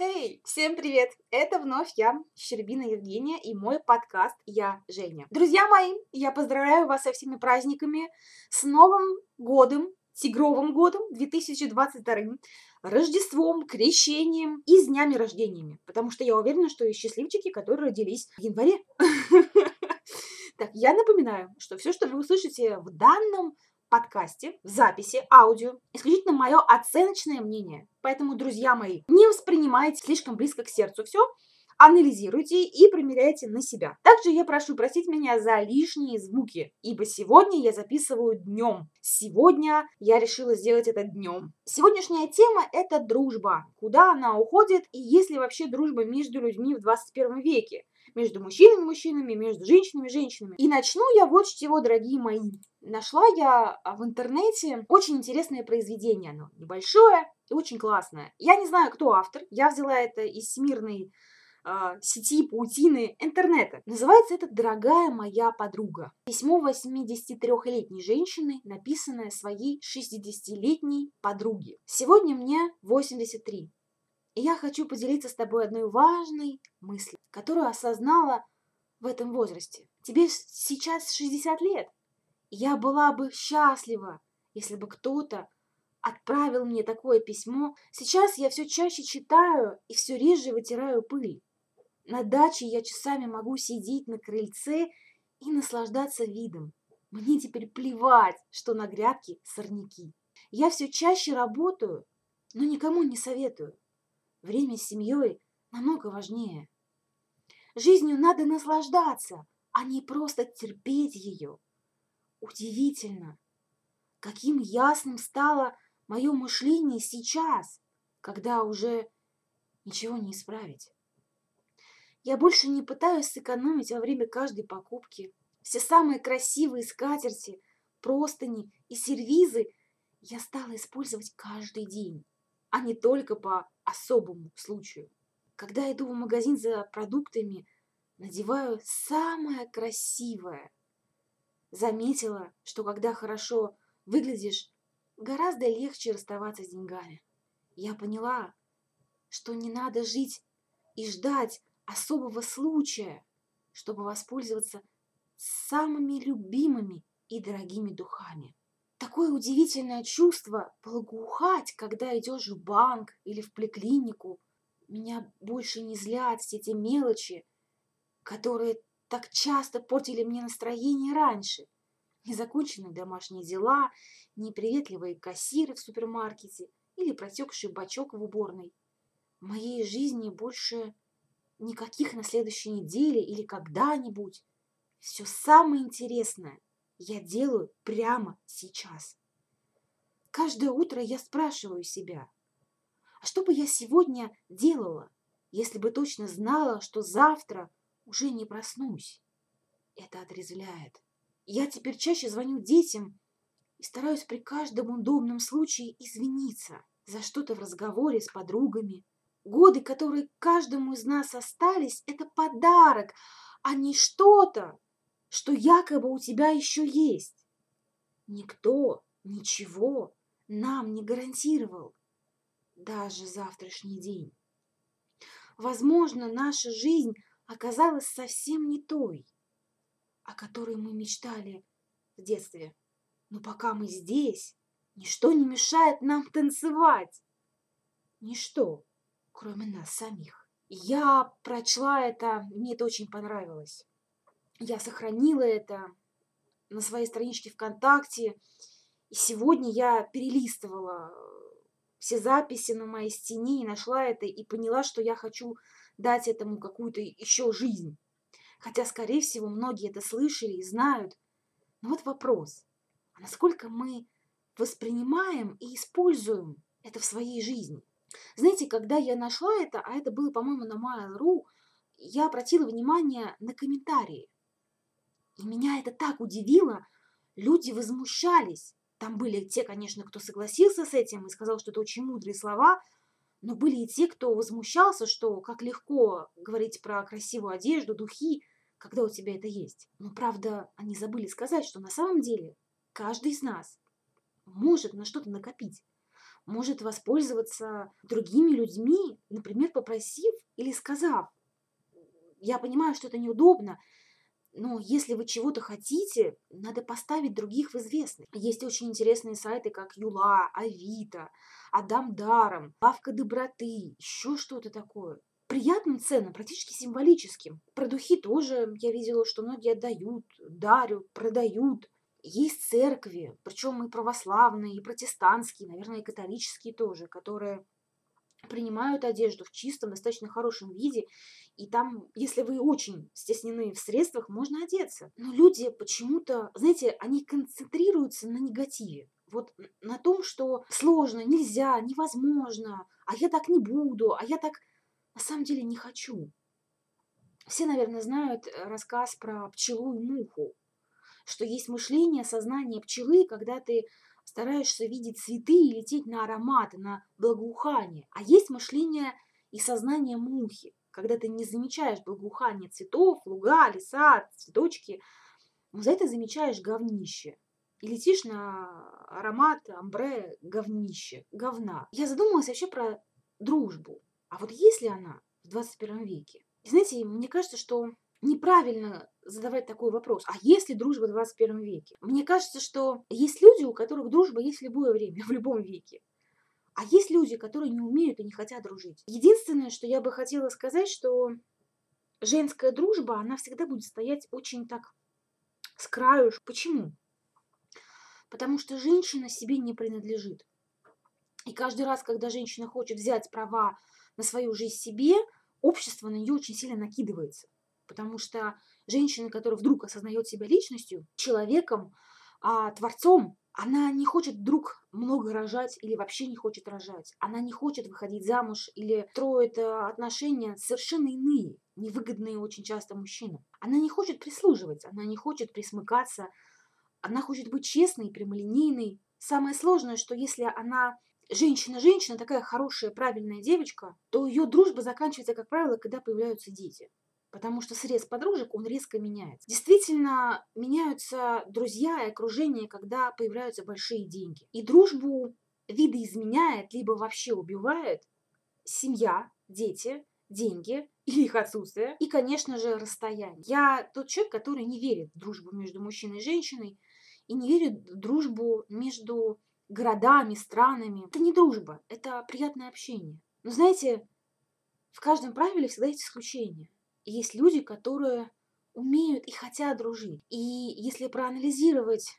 Хей, всем привет! Это вновь я, Щербина Евгения, и мой подкаст «Я Женя». Друзья мои, я поздравляю вас со всеми праздниками, с Новым годом, Тигровым годом 2022, Рождеством, Крещением и с днями рождениями, потому что я уверена, что есть счастливчики, которые родились в январе. Так, я напоминаю, что все, что вы услышите в данном подкасте, в записи, аудио, исключительно мое оценочное мнение. Поэтому, друзья мои, не воспринимайте слишком близко к сердцу все, анализируйте и примеряйте на себя. Также я прошу простить меня за лишние звуки, ибо сегодня я записываю днем. Сегодня я решила сделать это днем. Сегодняшняя тема – это дружба. Куда она уходит и есть ли вообще дружба между людьми в 21 веке? Между мужчинами, между женщинами. И начну я вот с чего, дорогие мои. Нашла я в интернете очень интересное произведение. Оно небольшое и очень классное. Я не знаю, кто автор. Я взяла это из всемирной сети паутины интернета. Называется это «Дорогая моя подруга». Письмо 83-летней женщины, написанное своей 60-летней подруге. Сегодня мне 83. И я хочу поделиться с тобой одной важной мыслью, которую осознала в этом возрасте. Тебе сейчас 60 лет. Я была бы счастлива, если бы кто-то отправил мне такое письмо. Сейчас я все чаще читаю и все реже вытираю пыль. На даче я часами могу сидеть на крыльце и наслаждаться видом. Мне теперь плевать, что на грядке сорняки. Я все чаще работаю, но никому не советую. Время с семьей намного важнее. Жизнью надо наслаждаться, а не просто терпеть ее. Удивительно, каким ясным стало мое мышление сейчас, когда уже ничего не исправить. Я больше не пытаюсь сэкономить во время каждой покупки. Все самые красивые скатерти, простыни и сервизы я стала использовать каждый день, а не только по особому случаю. Когда иду в магазин за продуктами, надеваю самое красивое. Заметила, что когда хорошо выглядишь, гораздо легче расставаться с деньгами. Я поняла, что не надо жить и ждать особого случая, чтобы воспользоваться самыми любимыми и дорогими духами. Такое удивительное чувство благоухать, когда идешь в банк или в поликлинику. Меня больше не злят все те мелочи, которые так часто портили мне настроение раньше. Незаконченные домашние дела, неприветливые кассиры в супермаркете или протекший бачок в уборной. В моей жизни больше никаких на следующей неделе или когда-нибудь. Все самое интересное я делаю прямо сейчас. Каждое утро я спрашиваю себя, а что бы я сегодня делала, если бы точно знала, что завтра уже не проснусь? Это отрезвляет. Я теперь чаще звоню детям и стараюсь при каждом удобном случае извиниться за что-то в разговоре с подругами. Годы, которые каждому из нас остались, это подарок, а не что-то, что якобы у тебя еще есть. Никто ничего нам не гарантировал, даже завтрашний день. Возможно, наша жизнь оказалась совсем не той, о которой мы мечтали в детстве. Но пока мы здесь, ничто не мешает нам танцевать. Ничто, кроме нас самих. Я прочла это, мне это очень понравилось. Я сохранила это на своей страничке ВКонтакте. И сегодня я перелистывала все записи на моей стене и нашла это, и поняла, что я хочу дать этому какую-то еще жизнь. Хотя, скорее всего, многие это слышали и знают. Но вот вопрос, а насколько мы воспринимаем и используем это в своей жизни? Знаете, когда я нашла это, а это было, по-моему, на Mail.ru, я обратила внимание на комментарии. И меня это так удивило. Люди возмущались. Там были те, конечно, кто согласился с этим и сказал, что это очень мудрые слова, но были и те, кто возмущался, что как легко говорить про красивую одежду, духи, когда у тебя это есть. Но, правда, они забыли сказать, что на самом деле каждый из нас может на что-то накопить. может воспользоваться другими людьми, например, попросив или сказав: «Я понимаю, что это неудобно, но если вы чего-то хотите, надо поставить других в известность». Есть очень интересные сайты, как Юла, Авито, Адам Даром, Лавка Доброты, еще что-то такое. Приятным ценам, практически символическим. Про духи тоже я видела, что многие отдают, дарят, продают. Есть церкви, причем и православные, и протестантские, наверное, и католические тоже, которые принимают одежду в чистом, достаточно хорошем виде, и там, если вы очень стеснены в средствах, можно одеться. Но люди почему-то, знаете, они концентрируются на негативе. Вот на том, что сложно, нельзя, невозможно, а я так не буду, а я так на самом деле не хочу. Все, наверное, знают рассказ про пчелу и муху, что есть мышление, сознание пчелы, когда ты стараешься видеть цветы и лететь на ароматы, на благоухание. А есть мышление и сознание мухи, когда ты не замечаешь благоухание цветов, луга, леса, цветочки, но за это замечаешь говнище. И летишь на аромат амбре говнище, говна. Я задумалась вообще про дружбу. А вот есть ли она в 21 веке? И знаете, мне кажется, что неправильно задавать такой вопрос. А есть ли дружба в 21 веке? Мне кажется, что есть люди, у которых дружба есть в любое время, в любом веке. А есть люди, которые не умеют и не хотят дружить. Единственное, что я бы хотела сказать, что женская дружба, она всегда будет стоять очень так с краю. Почему? Потому что женщина себе не принадлежит. И каждый раз, когда женщина хочет взять права на свою жизнь себе, общество на нее очень сильно накидывается. Потому что женщина, которая вдруг осознает себя личностью, человеком, творцом, она не хочет вдруг много рожать или вообще не хочет рожать. Она не хочет выходить замуж или строит отношения совершенно иные, невыгодные очень часто мужчинам. Она не хочет прислуживать, она не хочет присмыкаться, она хочет быть честной, прямолинейной. Самое сложное, что если она женщина-женщина, такая хорошая, правильная девочка, то ее дружба заканчивается, как правило, когда появляются дети. Потому что срез подружек, он резко меняется. Действительно, меняются друзья и окружение, когда появляются большие деньги. И дружбу видоизменяет, либо вообще убивает семья, дети, деньги или их отсутствие, и, конечно же, расстояние. Я тот человек, который не верит в дружбу между мужчиной и женщиной, и не верит в дружбу между городами, странами. Это не дружба, это приятное общение. Но знаете, в каждом правиле всегда есть исключения. И есть люди, которые умеют и хотят дружить. И если проанализировать,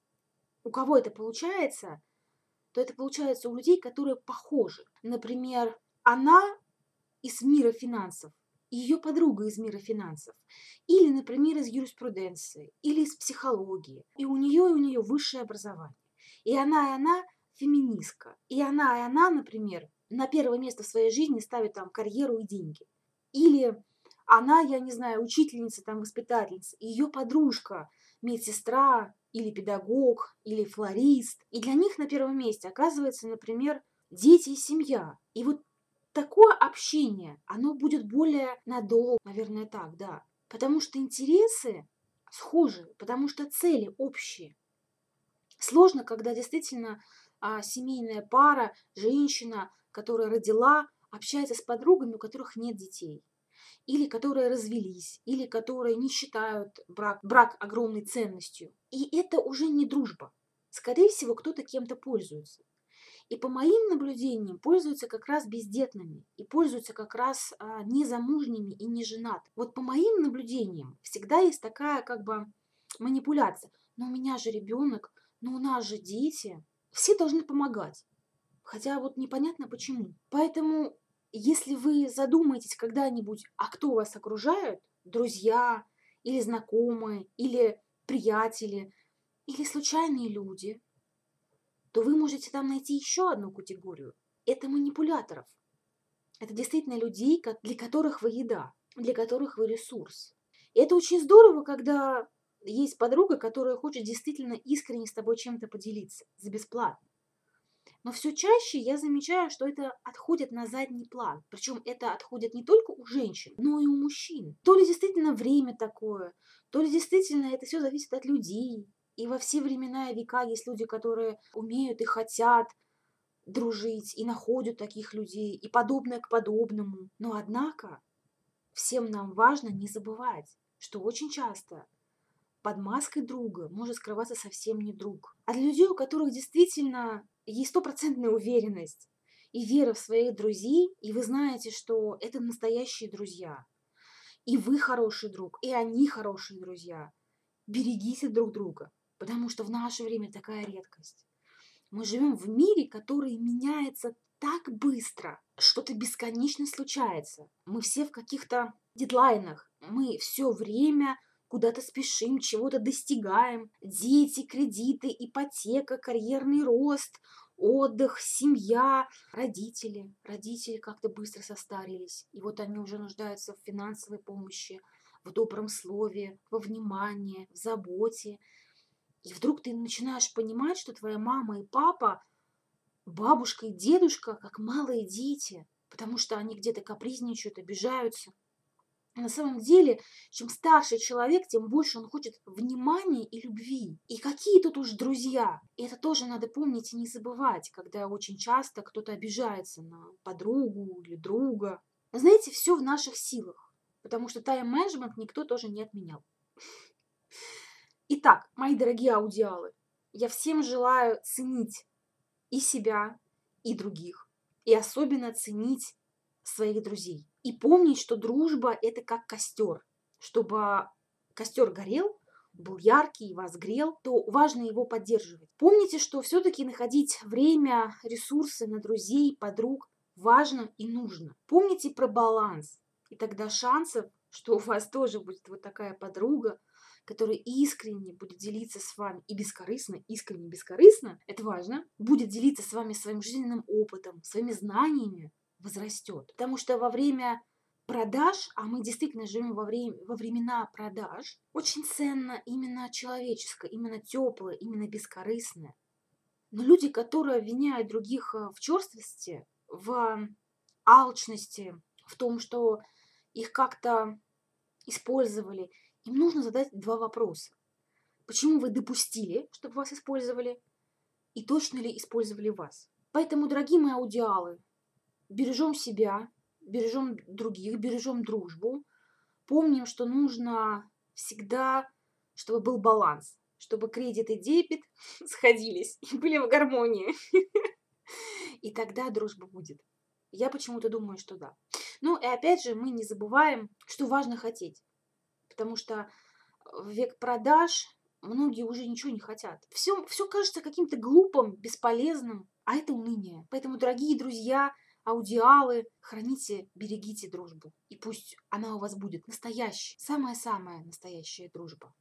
у кого это получается, то это получается у людей, которые похожи. Например, она из мира финансов, и ее подруга из мира финансов. Или, например, из юриспруденции, или из психологии. И у нее высшее образование. И она феминистка. И она, например, на первое место в своей жизни ставит там карьеру и деньги. Или она, я не знаю, учительница, там, воспитательница, и ее подружка, медсестра, или педагог, или флорист. И для них на первом месте оказывается, например, дети и семья. И вот такое общение, оно будет более надолго, наверное, так, да. Потому что интересы схожи, потому что цели общие. Сложно, когда действительно семейная пара, женщина, которая родила, общается с подругами, у которых нет детей. Или которые развелись, или которые не считают брак огромной ценностью. И это уже не дружба. Скорее всего, кто-то кем-то пользуется. И по моим наблюдениям пользуются как раз бездетными и пользуются как раз незамужними и не женатыми. Вот по моим наблюдениям всегда есть такая как бы манипуляция. Но у меня же ребенок, но у нас же дети. Все должны помогать. Хотя вот непонятно почему. Поэтому, если вы задумаетесь когда-нибудь, а кто вас окружает, друзья или знакомые, или приятели, или случайные люди, то вы можете там найти еще одну категорию. Это манипуляторов. Это действительно людей, для которых вы еда, для которых вы ресурс. И это очень здорово, когда есть подруга, которая хочет действительно искренне с тобой чем-то поделиться за бесплатно. Но все чаще я замечаю, что это отходит на задний план. Причем это отходит не только у женщин, но и у мужчин. То ли действительно время такое, то ли действительно это все зависит от людей. И во все времена и века есть люди, которые умеют и хотят дружить, и находят таких людей, и подобное к подобному. Но однако всем нам важно не забывать, что очень часто под маской друга может скрываться совсем не друг. А для людей, у которых действительно есть стопроцентная уверенность и вера в своих друзей, и вы знаете, что это настоящие друзья, и вы хороший друг, и они хорошие друзья, берегите друг друга, потому что в наше время такая редкость. Мы живем в мире, который меняется так быстро, что-то бесконечно случается. Мы все в каких-то дедлайнах, мы все время куда-то спешим, чего-то достигаем. Дети, кредиты, ипотека, карьерный рост, отдых, семья, родители. Родители как-то быстро состарились, и вот они уже нуждаются в финансовой помощи, в добром слове, во внимании, в заботе. И вдруг ты начинаешь понимать, что твоя мама и папа, бабушка и дедушка, как малые дети, потому что они где-то капризничают, обижаются. А на самом деле, чем старше человек, тем больше он хочет внимания и любви. И какие тут уж друзья? И это тоже надо помнить и не забывать, когда очень часто кто-то обижается на подругу или друга. Знаете, все в наших силах, потому что тайм-менеджмент никто тоже не отменял. Итак, мои дорогие аудиалы, я всем желаю ценить и себя, и других, и особенно ценить своих друзей. И помнить, что дружба – это как костер. Чтобы костер горел, был яркий, вас грел, то важно его поддерживать. Помните, что все-таки находить время, ресурсы на друзей, подруг важно и нужно. Помните про баланс. И тогда шансов, что у вас тоже будет вот такая подруга, которая искренне будет делиться с вами и бескорыстно, искренне бескорыстно, это важно, будет делиться с вами своим жизненным опытом, своими знаниями, возрастет. Потому что во время продаж, а мы действительно живем во времена продаж, очень ценно именно человеческое, именно теплое, именно бескорыстное. Но люди, которые обвиняют других в черствости, в алчности, в том, что их как-то использовали, им нужно задать два вопроса. Почему вы допустили, чтобы вас использовали? И точно ли использовали вас? Поэтому, дорогие мои аудиалы, бережем себя, бережем других, бережем дружбу. Помним, что нужно всегда, чтобы был баланс, чтобы кредит и дебет сходились и были в гармонии. И тогда дружба будет. Я почему-то думаю, что да. Ну и опять же, мы не забываем, что важно хотеть. Потому что в век продаж многие уже ничего не хотят. Все кажется каким-то глупым, бесполезным, а это уныние. Поэтому, дорогие друзья, аудиалы, храните, берегите дружбу. И пусть она у вас будет настоящей, самая-самая настоящая дружба.